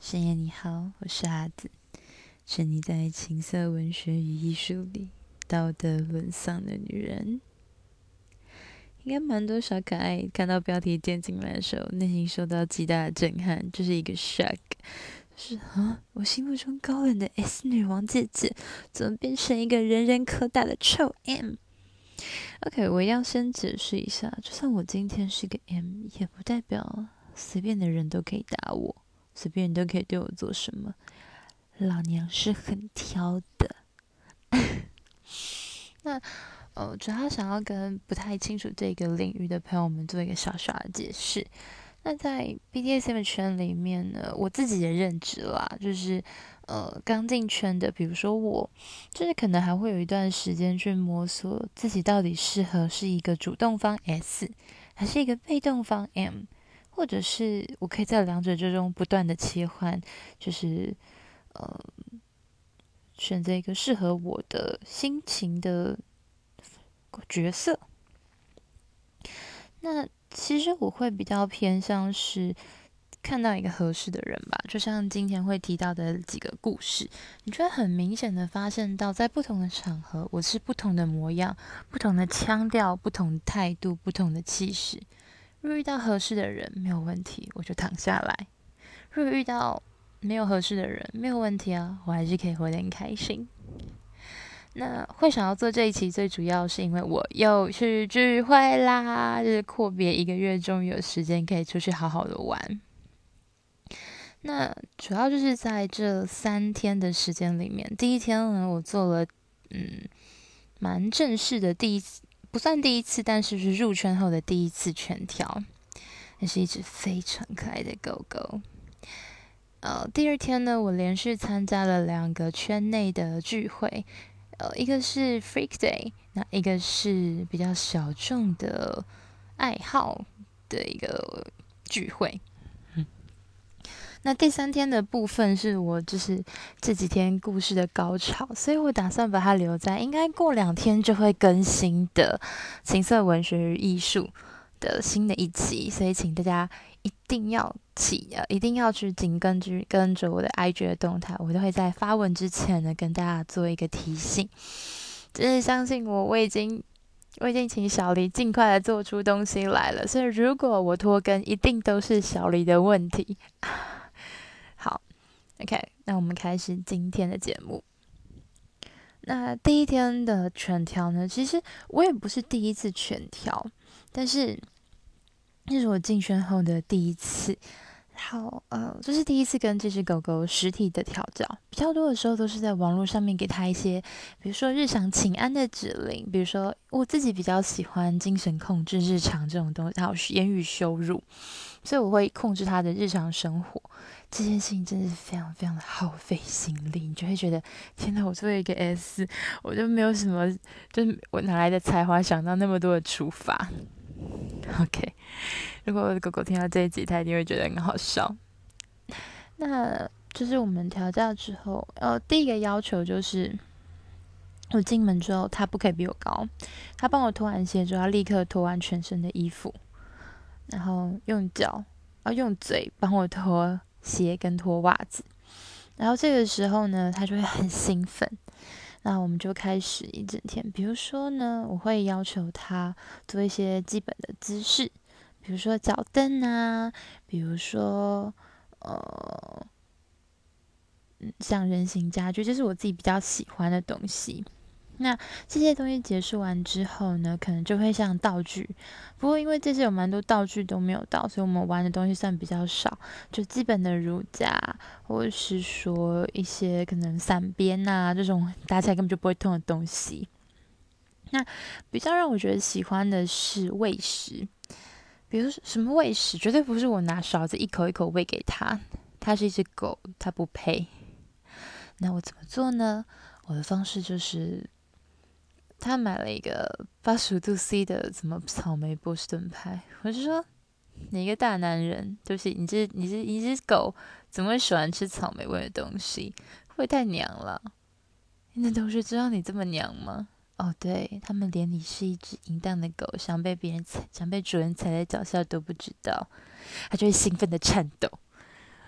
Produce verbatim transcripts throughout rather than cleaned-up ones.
深夜你好，我是阿紫，沉溺在情色文学与艺术里，道德沦丧的女人。应该蛮多小可爱看到标题点进来的时候，内心受到极大的震撼，就是一个 shock，就是啊，我心目中高冷的 S 女王姐姐，怎么变成一个人人可打的臭 M？OK， 我一定要先解释一下，就算我今天是个 M，也不代表随便的人都可以打我，随便人都可以对我做什么。老娘是很挑的。那呃，主要想要跟不太清楚这个领域的朋友们做一个小小的解释。那在 B D S M 圈里面呢，我自己的认知啦，就是呃刚进圈的，比如说我，就是可能还会有一段时间去摸索自己到底适合是一个主动方 S，还是一个被动方 M，或者是我可以在两者之中不断的切换，就是呃选择一个适合我的心情的角色。那其实我会比较偏向是看到一个合适的人吧，就像今天会提到的几个故事，你就会很明显的发现到，在不同的场合，我是不同的模样、不同的腔调、不同的态度、不同的气势。如果遇到合适的人，没有问题，我就躺下来；如果遇到没有合适的人，没有问题啊，我还是可以活得很开心。那会想要做这一期，最主要是因为我又去聚会啦，就是阔别一个月，终于有时间可以出去好好的玩。那主要就是在这三天的时间里面，第一天呢，我做了嗯蛮正式的第一次，不算第一次，但是是入圈后的第一次全挑，那是一只非常可爱的狗狗。呃，第二天呢，我连续参加了两个圈内的聚会。呃，一个是 Freak Day，那一个是比较小众的爱好的一个聚会。嗯，那第三天的部分是我就是这几天故事的高潮，所以我打算把它留在应该过两天就会更新的情色文学与艺术的新的一集，所以请大家一定要起呃，一定要去紧跟着跟着我的 I G 的动态，我都会在发文之前呢跟大家做一个提醒。真是相信我，我已经我已经请小黎尽快的做出东西来了，所以如果我拖更，一定都是小黎的问题。好，OK，那我们开始今天的节目。那第一天的全挑呢，其实我也不是第一次全挑，但是那是我进圈后的第一次。好，呃，这是第一次跟这只狗狗实体的调教，比较多的时候都是在网络上面给它一些，比如说日常请安的指令，比如说我自己比较喜欢精神控制日常这种东西，还有言语羞辱，所以我会控制它的日常生活。这件事情真的是非常非常的耗费心力，你就会觉得天哪，我作为一个 S，我就没有什么，就是我哪来的才华想到那么多的处罚？OK。如果我的狗狗听到这一集，它一定会觉得很好笑。那就是我们调教之后，呃，第一个要求就是我进门之后，它不可以比我高。它帮我脱完鞋之后，要立刻脱完全身的衣服，然后用脚，啊，用嘴帮我脱鞋跟脱袜子。然后这个时候呢，它就会很兴奋。那我们就开始一整天，比如说呢，我会要求它做一些基本的姿势。比如说脚蹬啊，比如说呃，嗯，像人形家具，这是我自己比较喜欢的东西。那这些东西结束完之后呢，可能就会像道具。不过因为这次有蛮多道具都没有到，所以我们玩的东西算比较少，就基本的乳夹，或者是说一些可能伞边啊这种打起来根本就不会痛的东西。那比较让我觉得喜欢的是喂食。比如说什么喂食，绝对不是我拿勺子一口一口喂给它，它是一只狗，它不配。那我怎么做呢？我的方式就是，他买了一个八十五度 C 的什么草莓波士顿派，我就说你一个大男人，对不起，你这你这一只狗，怎么会喜欢吃草莓味的东西？会不会太娘了？你的同学知道你这么娘吗？哦，对，他们连你是一只淫荡的狗，想被别人踩，想被主人踩在脚下都不知道，他就会兴奋的颤抖。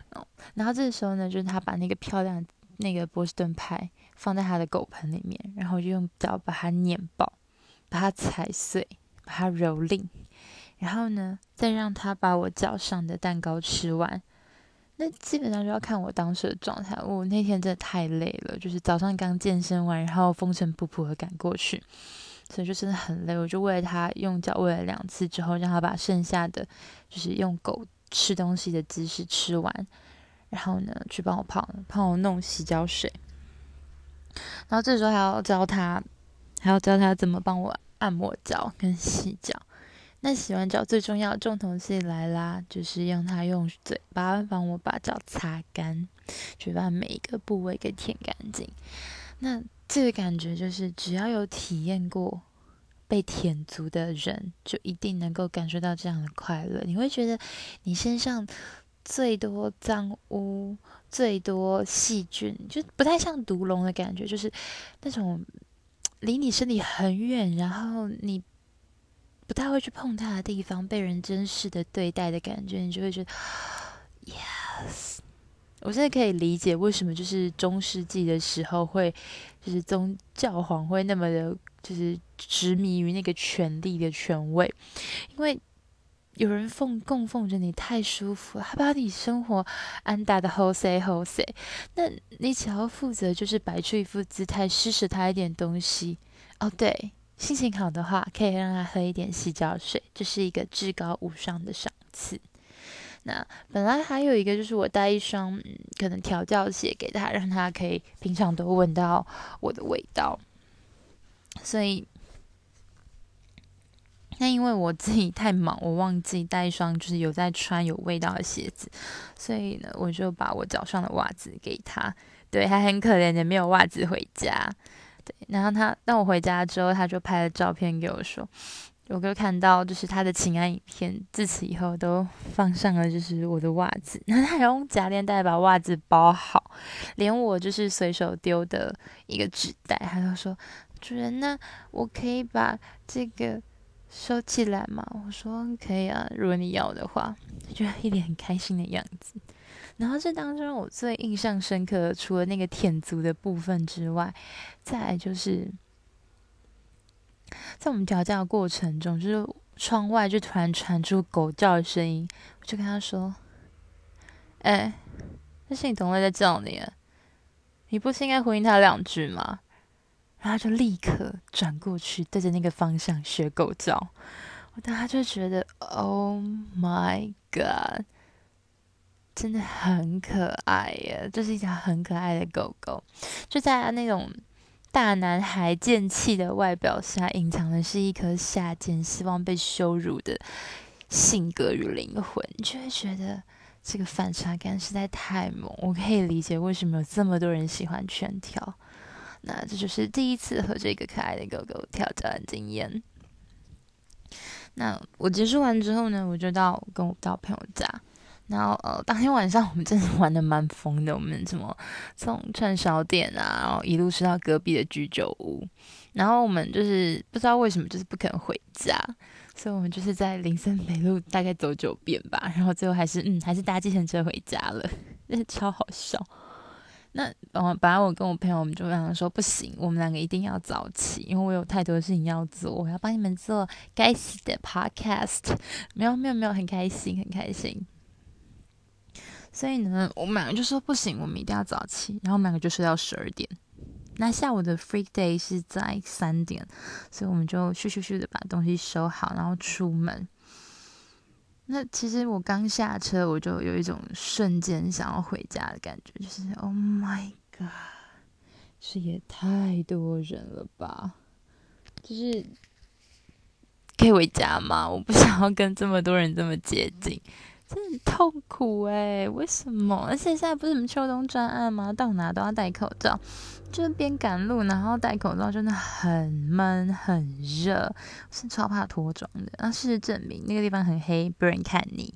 哦，然后这个时候呢，就是他把那个漂亮的那个波士顿派放在他的狗盆里面，然后就用脚把它碾爆，把它踩碎，把它蹂躏，然后呢，再让他把我脚上的蛋糕吃完。那基本上就要看我当时的状态。我那天真的太累了，就是早上刚健身完，然后风尘仆仆的赶过去，所以就真的很累。我就为了他用脚喂了两次之后，让他把剩下的就是用狗吃东西的姿势吃完，然后呢去帮我泡帮我弄洗脚水，然后这时候还要教他，还要教他怎么帮我按摩脚跟洗脚。那洗完脚最重要的重头戏来啦，就是用它用嘴巴帮我把脚擦干，去把每一个部位给舔干净。那这个感觉就是只要有体验过被舔足的人，就一定能够感受到这样的快乐。你会觉得你身上最多脏污、最多细菌，就不太像毒龙的感觉，就是那种离你身体很远，然后你不太会去碰它的地方，被人珍视的对待的感觉，你就会觉得 yes。我现在可以理解为什么就是中世纪的时候会，就是宗教皇会那么的，就是执迷于那个权力的权位，因为有人奉供奉着你太舒服了，他把你生活安搭的 h 塞 s 塞，那你只要负责就是摆出一副姿态，施舍他一点东西。哦，对，心情好的话，可以让他喝一点洗脚水，这是一个至高无上的赏赐。那本来还有一个就是我带一双、嗯、可能调教鞋给他，让他可以平常都闻到我的味道。所以，那因为我自己太忙，我忘记带一双就是有在穿有味道的鞋子，所以呢，我就把我脚上的袜子给他。对，还很可怜的没有袜子回家。对，然后他当我回家之后，他就拍了照片给我说，我就看到就是他的情爱影片，自此以后都放上了就是我的袜子，然后他还用夹链袋把袜子包好，连我就是随手丢的一个纸袋，他都说主人呢，我可以把这个收起来吗？我说可以啊，如果你要的话，就一脸很开心的样子。然后这当中我最印象深刻的，除了那个舔足的部分之外，再来就是在我们调教的过程中，就是窗外就突然传出狗叫的声音，我就跟他说：“哎、欸，那是你同类在叫你，你不是应该回应他两句吗？”然后他就立刻转过去，对着那个方向学狗叫。我当时就觉得，Oh my God！真的很可爱耶，这是一条很可爱的狗狗。就在那种大男孩贱气的外表下，隐藏的是一颗下贱、希望被羞辱的性格与灵魂。你就会觉得这个反差感实在太猛。我可以理解为什么有这么多人喜欢全条。那这就是第一次和这个可爱的狗狗调教的经验。那我结束完之后呢，我就到跟我到朋友家。然后呃，当天晚上我们真的玩的蛮疯的，我们什么从串烧店啊，然后一路吃到隔壁的居酒屋，然后我们就是不知道为什么就是不肯回家，所以我们就是在林森北路大概走九遍吧，然后最后还是嗯还是搭计程车回家了，真的超好笑。那呃，本来我跟我朋友我们就想说不行，我们两个一定要早起，因为我有太多的事情要做，我要帮你们做该死的 podcast。没有没有没有，很开心很开心。所以呢，我们两个就说不行，我们一定要早起，然后我们两个就睡到十二点。那下午的 free day 是在三点，所以我们就咻咻咻的把东西收好，然后出门。那其实我刚下车，我就有一种瞬间想要回家的感觉，就是 Oh my God， 是也太多人了吧？就是可以回家吗？我不想要跟这么多人这么接近。真的很痛苦哎、欸，为什么？而且现在不是什么秋冬专案吗？到哪都要戴口罩，就是边赶路然后戴口罩，真的很闷很热，我是超怕脱妆的。那事实证明，那个地方很黑，不人看你。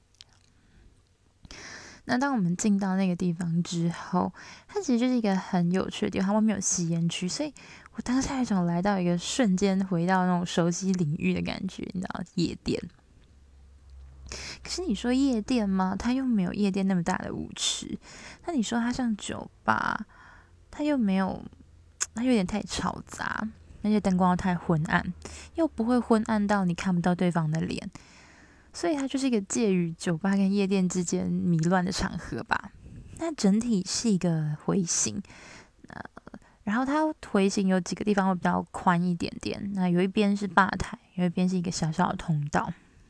那当我们进到那个地方之后，它其实就是一个很有趣的地方，它外面有吸烟区，所以我当下有一种来到一个瞬间回到那种熟悉领域的感觉，你知道，夜店。 可是你说夜店吗？它又没有夜店那么大的舞池。那你说它像酒吧，它又没有，它有点太嘈杂，而且灯光又太昏暗，又不会昏暗到你看不到对方的脸，所以它就是一个介于酒吧跟夜店之间迷乱的场合吧。那整体是一个回形，呃，然后它回形有几个地方会比较宽一点点，那有一边是吧台，有一边是一个小小的通道。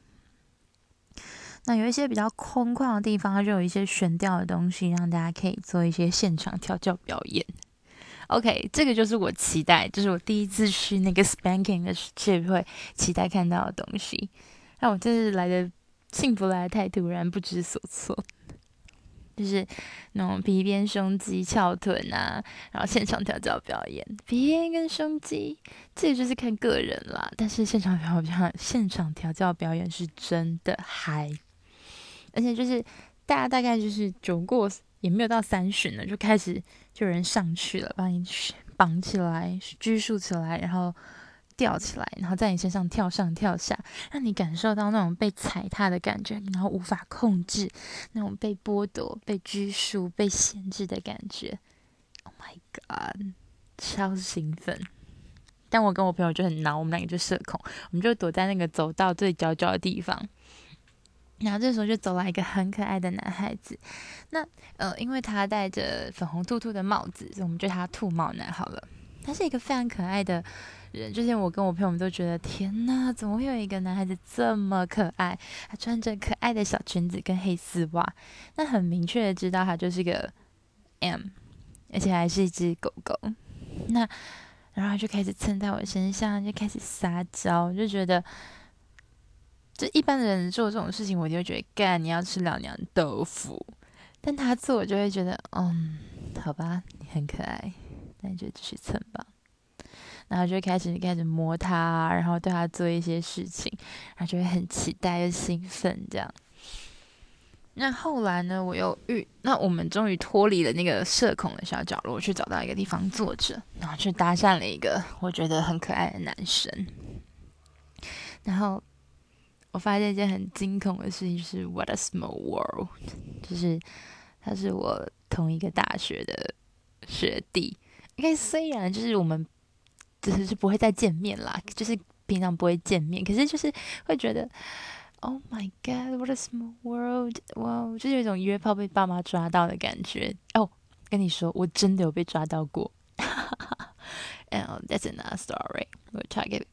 那有一些比较空旷的地方，它就有一些悬吊的东西，让大家可以做一些现场调教表演。OK， 这个就是我期待，就是我第一次去那个 Spanking 的聚会，期待看到的东西。那我真是来的幸福来的太突然，不知所措。就是那种皮鞭、胸肌、翘臀啊，然后现场调教表演，皮鞭跟胸肌，这个就是看个人啦。但是现场调教、现场调教表演是真的嗨，而且就是大家大概就是酒过也没有到三巡了，就开始就有人上去了，把你绑起来、拘束起来，然后吊起来，然后在你身上跳上跳下，让你感受到那种被踩踏的感觉，然后无法控制，那种被剥夺、被拘束、被限制的感觉。Oh my god， 超兴奋！但我跟我朋友就很挠，我们两个就社恐，我们就躲在那个走道最角角的地方。然后这时候就走来一个很可爱的男孩子，那呃，因为他戴着粉红兔兔的帽子，所以我们叫他兔帽男好了。他是一个非常可爱的人，就是我跟我朋友们都觉得，天哪，怎么会有一个男孩子这么可爱？他穿着可爱的小裙子跟黑丝袜，那很明确的知道他就是个 M， 而且还是一只狗狗。那然后他就开始蹭在我身上，就开始撒娇，就觉得。就一般的人做这种事情，我就会觉得干你要吃老娘豆腐，但他做我就会觉得，嗯，好吧，你很可爱，那你就继续蹭吧。然后就会开始开始摸他，然后对他做一些事情，然后就会很期待又兴奋这样。那后来呢，我又遇，那我们终于脱离了那个社恐的小角落，去找到一个地方坐着，然后去搭讪了一个我觉得很可爱的男生，然后。我发现一件很惊恐的事情，就是 What a small world， 就是他是我同一个大学的学弟。因为虽然就是我们只是不会再见面啦，就是平常不会见面，可是就是会觉得 Oh my God, what a small world！ 哇，就是有一种约炮被爸妈抓到的感觉。哦，跟你说，我真的有被抓到过。And that's another story. We'll talk it.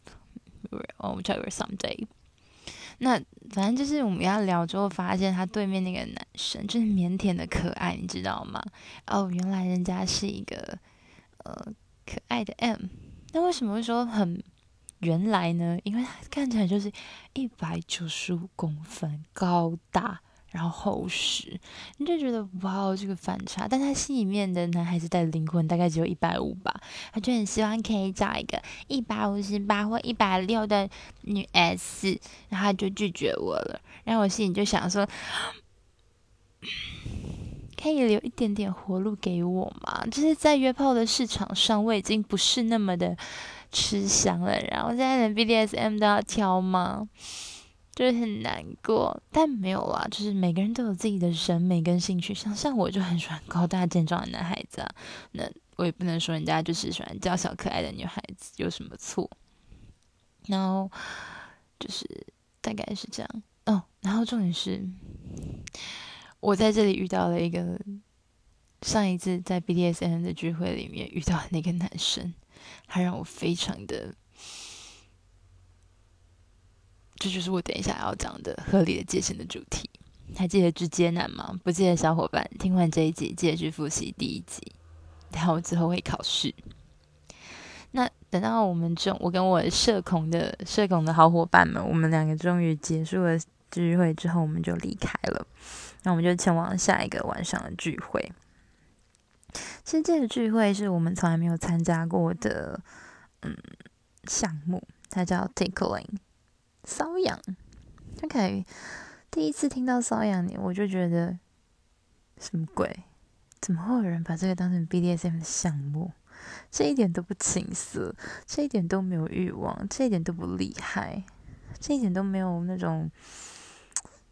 We'll talk it someday. 那反正就是我们要聊之后，发现他对面那个男生就是腼腆的可爱，你知道吗？哦，原来人家是一个呃可爱的 M。那为什么会说很原来呢？因为他看起来就是一百九十五公分高大，然后厚实，你就觉得哇哦，这个反差。但他心里面的男孩子的灵魂大概只有一百五吧，他就很希望可以找一个一百五十八或一百六的女 S， 然后他就拒绝我了。然后我心里就想说，可以留一点点活路给我吗？就是在约炮的市场上，我已经不是那么的吃香了，然后现在连 B D S M 都要挑吗？就是很难过，但没有啦，就是每个人都有自己的审美跟兴趣，像像我就很喜欢高大健壮的男孩子啊，那我也不能说人家就是喜欢娇小可爱的女孩子有什么错，然后就是大概是这样哦，然后重点是我在这里遇到了一个上一次在 B D S M 的聚会里面遇到的那个男生，他让我非常的。这就是我等一下要讲的合理的界限的主题。还记得直接男吗？不记得小伙伴，听完这一集记得去复习第一集，然后我之后会考试。那等到我们中，我跟我社恐的社恐的好伙伴们，我们两个终于结束了聚会之后，我们就离开了。那我们就前往下一个晚上的聚会。其实这个聚会是我们从来没有参加过的，嗯，项目，它叫 Tickling。瘙痒 ，OK， 第一次听到瘙痒你，我就觉得什么鬼？怎么会有人把这个当成 B D S M 的项目？这一点都不情色，这一点都没有欲望，这一点都不厉害，这一点都没有那种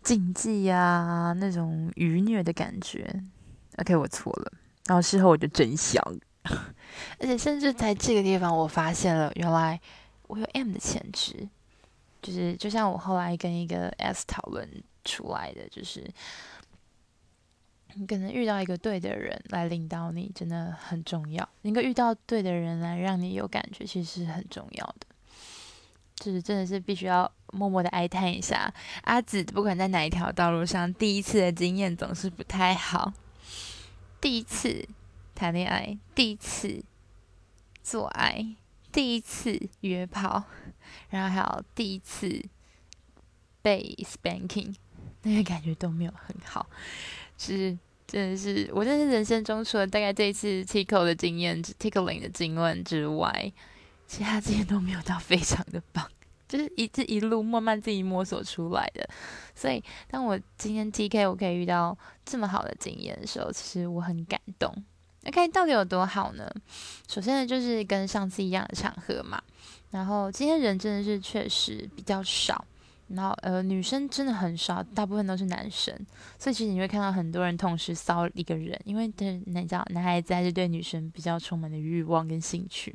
禁忌啊，那种愚虐的感觉。OK，我错了。然后事后我就真香，而且甚至在这个地方，我发现了原来我有 M 的潜质，就是就像我后来跟一个 S 讨论出来的，就是你可能遇到一个对的人来领导你，真的很重要。能够遇到对的人来让你有感觉，其实是很重要的。就是真的是必须要默默的哀叹一下，阿紫不管在哪一条道路上，第一次的经验总是不太好。第一次谈恋爱，第一次做爱，第一次约炮，然后还有第一次被 spanking，那个感觉都没有很好，是真的是我真的是人生中除了大概这一次 tickle 的经验，tickling 的经验之外，其他这些都没有到非常的棒。就是一这一路慢慢自己摸索出来的，所以当我今天 T K 我可以遇到这么好的经验的时候，其实我很感动。OK，到底有多好呢？首先呢，就是跟上次一样的场合嘛，然后今天人真的是确实比较少，然后呃女生真的很少，大部分都是男生，所以其实你会看到很多人同时骚一个人，因为对你知道男孩子还是对女生比较充满的欲望跟兴趣。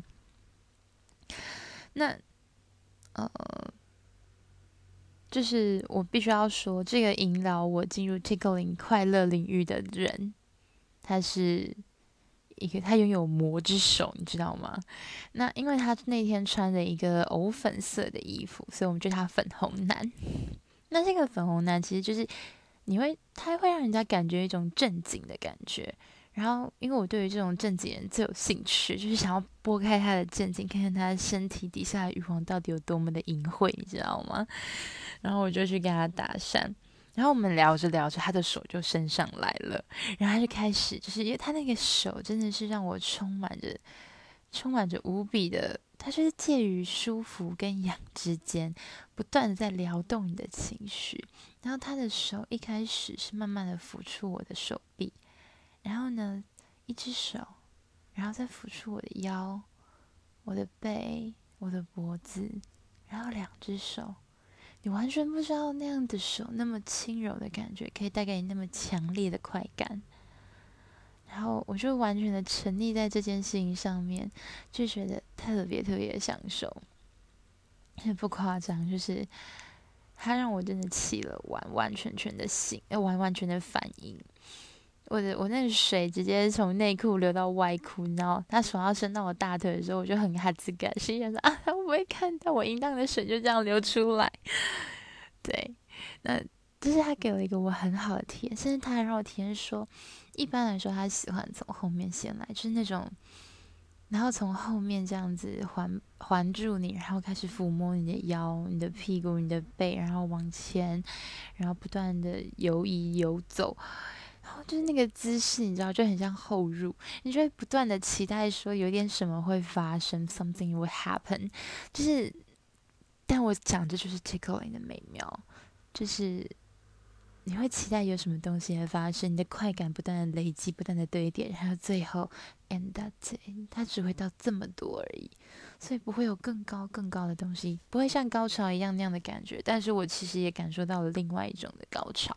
那呃，就是我必须要说，这个引导我进入 tickling 快乐领域的人，他是一个他拥有魔之手，你知道吗？那因为他那天穿着一个藕粉色的衣服，所以我们叫他粉红男。那这个粉红男其实就是你会，他会让人家感觉一种正经的感觉。然后，因为我对于这种正经人最有兴趣，就是想要拨开他的正经，看看他身体底下的欲望到底有多么的淫秽，你知道吗？然后我就去跟他搭讪，然后我们聊着聊着，他的手就伸上来了，然后他就开始，就是因为他那个手真的是让我充满着、充满着无比的，他就是介于舒服跟痒之间，不断的在撩动你的情绪。然后他的手一开始是慢慢的抚触我的手臂，然后呢，一只手，然后再抚触我的腰、我的背、我的脖子，然后两只手。你完全不知道那样的手那么轻柔的感觉，可以带给你那么强烈的快感。然后我就完全的沉溺在这件事情上面，就觉得特别特别享受，也不夸张，就是它让我真的起了完完全全的醒，呃，完完全的反应。我的我那个水直接从内裤流到外裤，然后他手要伸到我大腿的时候，我就很哈兹感，心想说啊，他会不会看到我淫荡的水就这样流出来？对，那就是他给了一个我很好的体验，甚至他还让我体验说，一般来说他喜欢从后面先来，就是那种，然后从后面这样子环环住你，然后开始抚摸你的腰、你的屁股、你的背，然后往前，然后不断的游移游走，然后就是那个姿势，你知道，就很像后入，你就会不断的期待说有点什么会发生，something will happen，就是，但我讲这就是 tickling 的美妙。就是你会期待有什么东西会发生，你的快感不断的累积，不断的堆叠，然后最后 end that day，它只会到这么多而已，所以不会有更高更高的东西，不会像高潮一样那样的感觉。但是我其实也感受到了另外一种的高潮。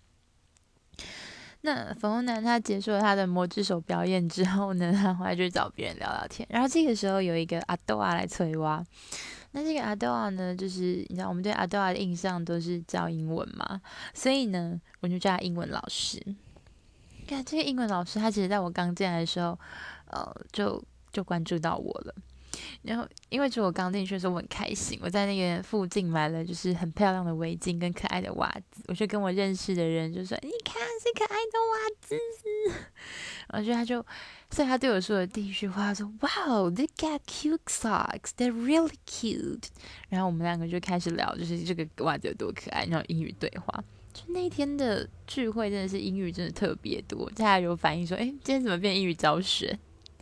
那粉红男他结束了他的魔之手表演之后呢，他后来就找别人聊聊天，然后这个时候有一个阿豆啊来催挖。那这个阿豆啊呢，就是你知道我们对阿豆啊的印象都是教英文嘛，所以呢，我就叫他英文老师。看这个英文老师，他其实在我刚进来的时候，呃，就就关注到我了。然后，因为就我刚进去的时候，我很开心，我在那个附近买了就是很漂亮的围巾跟可爱的袜子，我就跟我认识的人就说：“你看是可爱的袜子。”然后就他就，所以他对我说的第一句话说：“Wow, they got cute socks. They're really cute.” 然后我们两个就开始聊，就是这个袜子有多可爱，然后英语对话。就那一天的聚会真的是英语真的特别多，大家有反应说：“哎，今天怎么变英语教学？”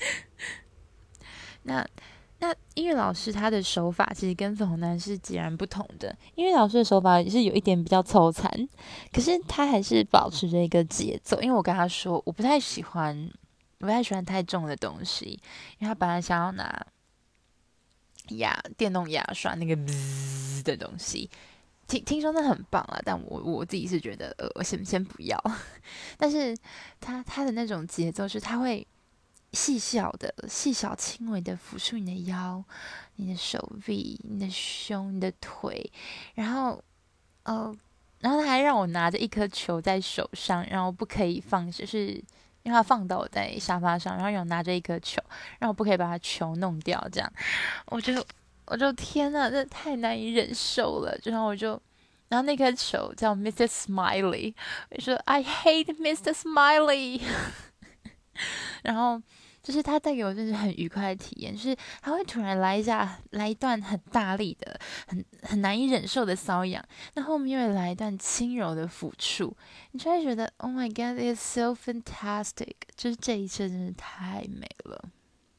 那那音乐老师他的手法其实跟粉红男是截然不同的。音乐老师的手法也是有一点比较粗残，可是他还是保持着一个节奏。因为我跟他说，我不太喜欢，我不太喜欢太重的东西，因为他本来想要拿牙电动牙刷那个滋的东西， 听听说那很棒啊，但我我自己是觉得，呃，我先先不要。但是他他的那种节奏是，他会细小的、细小轻微的抚触你的腰、你的手臂、你的胸、你的腿，然后呃，然后他还让我拿着一颗球在手上，然后不可以放，就是因为他放到我在沙发上，然后有拿着一颗球，然后我不可以把他球弄掉，这样，我就我就天呐，这太难以忍受了，然后我就。然后那颗球叫 missus Smiley，我就说 I hate missus Smiley，然后就是他带给我就是很愉快的体验，就是他会突然来一下，来一段很大力的、很很难以忍受的瘙痒，那后面又会来一段轻柔的抚触，你就会觉得 Oh my God, it's so fantastic，就是这一切真的太美了。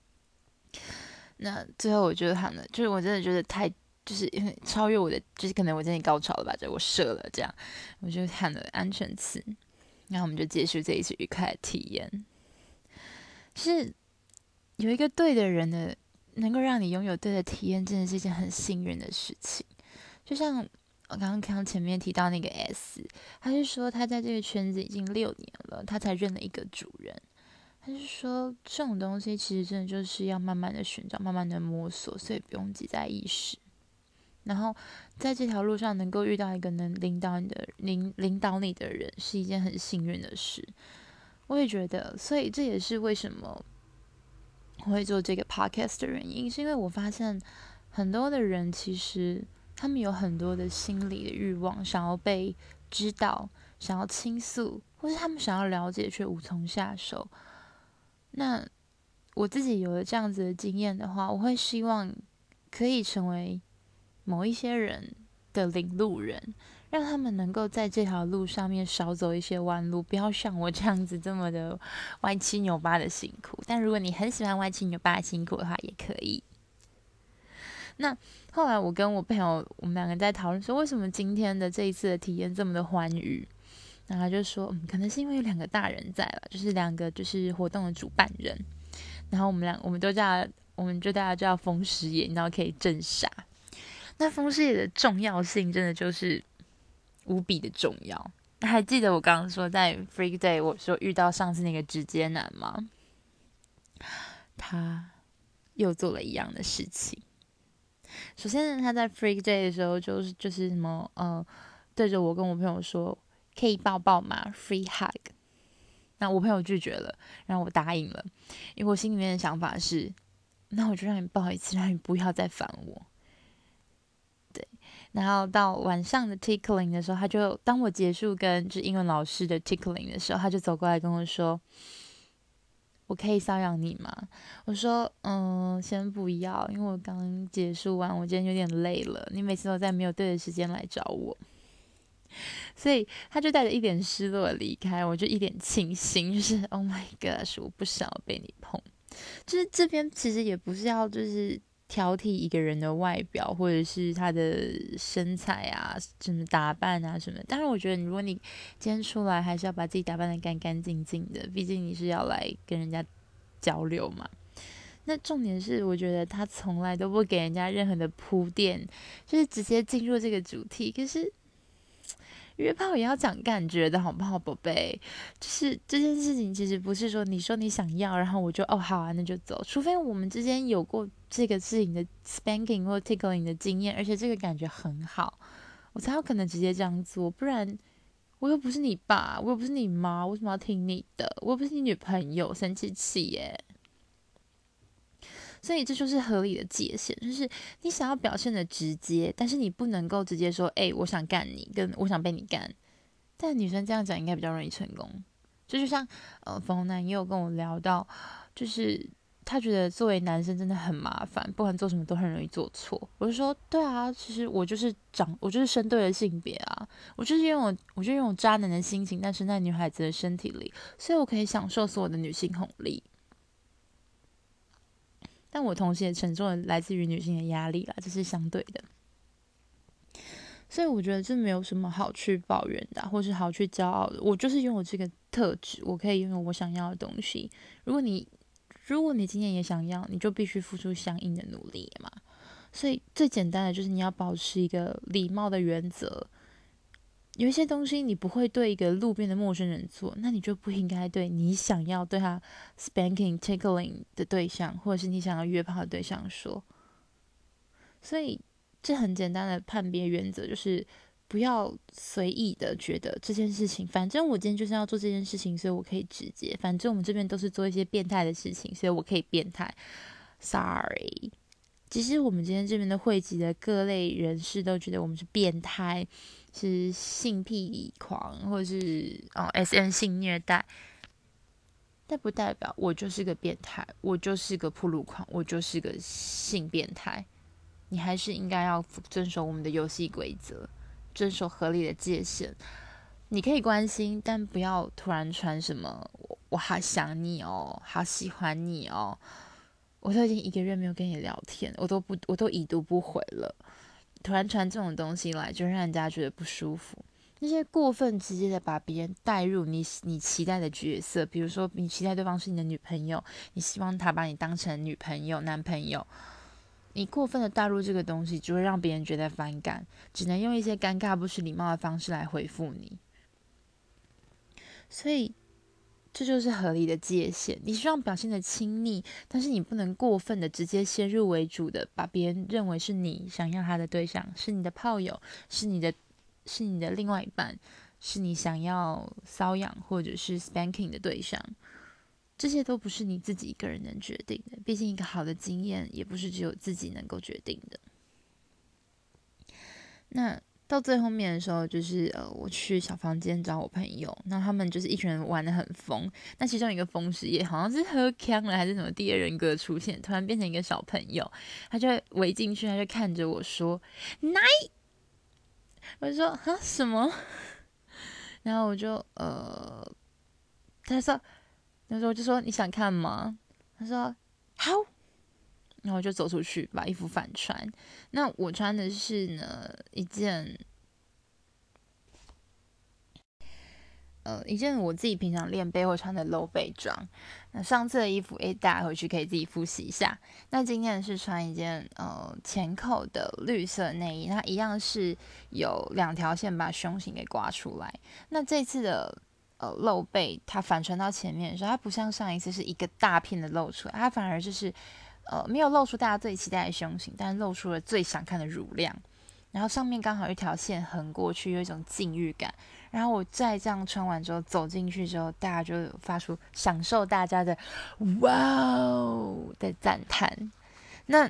那最后我觉得他呢，就是我真的觉得太。就是因为超越我的，就是可能我真的高潮了吧，就我射了这样，我就喊了安全词，然后我们就结束这一次愉快的体验。是有一个对的人的，能够让你拥有对的体验，真的是一件很幸运的事情。就像我刚刚看前面提到那个 S，他是说他在这个圈子已经六年了，他才认了一个主人。他是说这种东西其实真的就是要慢慢的寻找，慢慢的摸索，所以不用急在一时。然后在这条路上能够遇到一个能领导你的领领导你的人，是一件很幸运的事。我也觉得，所以这也是为什么我会做这个 podcast 的原因，是因为我发现很多的人其实他们有很多的心理的欲望，想要被知道，想要倾诉，或是他们想要了解却无从下手。那我自己有了这样子的经验的话，我会希望可以成为某一些人的领路人，让他们能够在这条路上面少走一些弯路，不要像我这样子这么的歪七扭八的辛苦。但如果你很喜欢歪七扭八的辛苦的话，也可以。那后来我跟我朋友，我们两个在讨论说，为什么今天的这一次的体验这么的欢愉？然后他就说，嗯，可能是因为有两个大人在了，就是两个就是活动的主办人。然后我们俩，我们都叫，我们就大家叫风师爷，然后可以镇煞。那风师爷的重要性真的就是无比的重要。还记得我刚刚说在 Freak Day 我说遇到上次那个直接男吗？他又做了一样的事情。首先呢，他在 Freak Day 的时候就是就是什么呃，对着我跟我朋友说可以抱抱吗 ？Free hug。那我朋友拒绝了，然后我答应了，因为我心里面的想法是，那我就让你抱一次，让你不要再烦我。对，然后到晚上的 tickling 的时候，他就当我结束跟就是英文老师的 tickling 的时候，他就走过来跟我说：“我可以瘙痒你吗？”我说：“嗯，先不要，因为我刚结束完，我今天有点累了。你每次都在没有对的时间来找我。”所以他就带着一点失落离开，我就一点庆幸，就是 Oh my God，是我不想要被你碰。就是这边其实也不是要就是挑剔一个人的外表或者是他的身材啊、什么打扮啊什么的。但是我觉得，如果你今天出来，还是要把自己打扮得干干净净的，毕竟你是要来跟人家交流嘛。那重点是，我觉得他从来都不给人家任何的铺垫，就是直接进入这个主题。可是约炮也要讲感觉的好不好，宝贝？就是这件事情其实不是说你说你想要，然后我就哦好啊，那就走。除非我们之间有过这个事情的 spanking 或 tickling 的经验，而且这个感觉很好，我才有可能直接这样做。不然我又不是你爸，我又不是你妈，为什么要听你的？我又不是你女朋友，生气气耶。所以这就是合理的界限，就是你想要表现的直接，但是你不能够直接说，哎、欸，我想干你，跟我想被你干。但女生这样讲应该比较容易成功。这就像呃，粉红男也有跟我聊到，就是他觉得作为男生真的很麻烦，不管做什么都很容易做错。我就说，对啊，其实我就是长，我就是生对了性别啊，我就是拥有，我就拥有渣男的心情，但生在女孩子的身体里，所以我可以享受所有的女性红利。但我同时也承受了来自于女性的压力啦，这是相对的。所以我觉得这没有什么好去抱怨的、啊，或是好去骄傲的。我就是拥有这个特质，我可以拥有我想要的东西。如果你如果你今天也想要，你就必须付出相应的努力嘛。 所以最简单的就是你要保持一个礼貌的原则。有一些东西你不会对一个路边的陌生人做，那你就不应该对你想要对他 spanking tickling 的对象，或者是你想要约炮的对象说。所以这很简单的判别原则就是，不要随意的觉得这件事情，反正我今天就是要做这件事情，所以我可以直接。反正我们这边都是做一些变态的事情，所以我可以变态。Sorry，其实我们今天这边的汇集的各类人士都觉得我们是变态，是性癖狂，或者是哦 S M 性虐待。但不代表我就是个变态，我就是个暴露狂，我就是个性变态。你还是应该要遵守我们的游戏规则，遵守合理的界限。你可以关心，但不要突然传什么我“我好想你哦，好喜欢你哦”，我都已经一个月没有跟你聊天，我都不，我都已读不回了。突然传这种东西来，就让人家觉得不舒服。那些过分直接的把别人带入你你期待的角色，比如说你期待对方是你的女朋友，你希望他把你当成女朋友、男朋友。你过分的带入这个东西，只会让别人觉得反感，只能用一些尴尬不失礼貌的方式来回复你。所以这就是合理的界限。你希望表现的亲昵，但是你不能过分的直接先入为主的把别人认为是你想要他的对象，是你的炮友，是你的是你的另外一半，是你想要瘙痒或者是 spanking 的对象。这些都不是你自己一个人能决定的，毕竟一个好的经验也不是只有自己能够决定的。那到最后面的时候，就是呃，我去小房间找我朋友，那他们就是一群人玩得很疯。那其中一个疯师爷好像是喝呛了，还是什么第二人格出现，突然变成一个小朋友，他就围进去，他就看着我说“奶”，我就说啊什么？然后我就呃，他说，那时候我就说你想看吗？他说好。然后我就走出去，把衣服反穿。那我穿的是呢一件，呃，一件我自己平常练背会穿的露背装。那上次的衣服诶带回去可以自己复习一下。那今天是穿一件呃前扣的绿色内衣，它一样是有两条线把胸型给刮出来。那这次的呃露背，它反穿到前面的时候，它不像上一次是一个大片的露出来，它反而就是呃没有露出大家最期待的胸型，但露出了最想看的乳量。然后上面刚好一条线横过去，有一种禁欲感。然后我再这样穿完之后走进去之后，大家就发出享受大家的“哇哦”的赞叹。那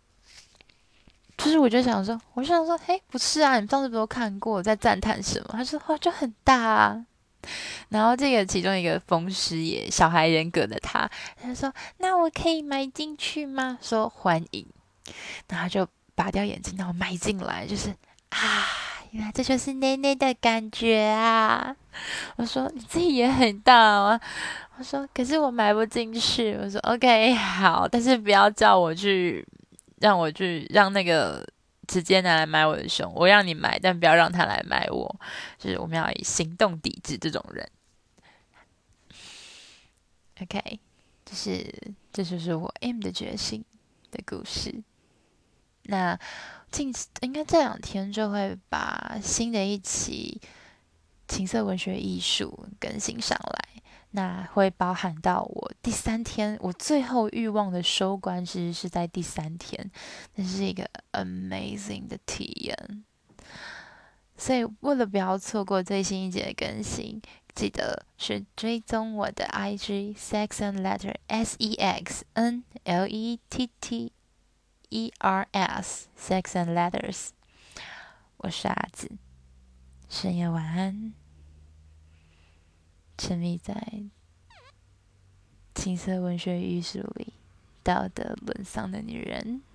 就是我就想说，我就想说，嘿，不是啊，你们上次不都看过，在赞叹什么？他说哇，就很大啊。然后这个其中一个风师爷小孩人格的他，他说那我可以埋进去吗？说欢迎。然后他就拔掉眼镜，然后埋进来，就是啊，原来这就是内内的感觉啊！我说你自己也很大啊，我说可是我埋不进去。我说 OK 好，但是不要叫我去，让我去让那个直接拿来买我的胸，我让你买，但不要让他来买我。就是我们要以行动抵制这种人。OK，就是这就是我 M 的觉醒的故事。那近应该这两天就会把新的一期情色文学艺术更新上来，那会包含到我第三天，我最后欲望的收官其实是在第三天，那是一个 amazing 的体验。所以为了不要错过最新一节的更新，记得是追踪我的 I G Sex and Letter S E X N L E T T E R S Sex and Letters。我是阿紫，深夜晚安。沉迷在情色文学艺术里，道德沦丧的女人。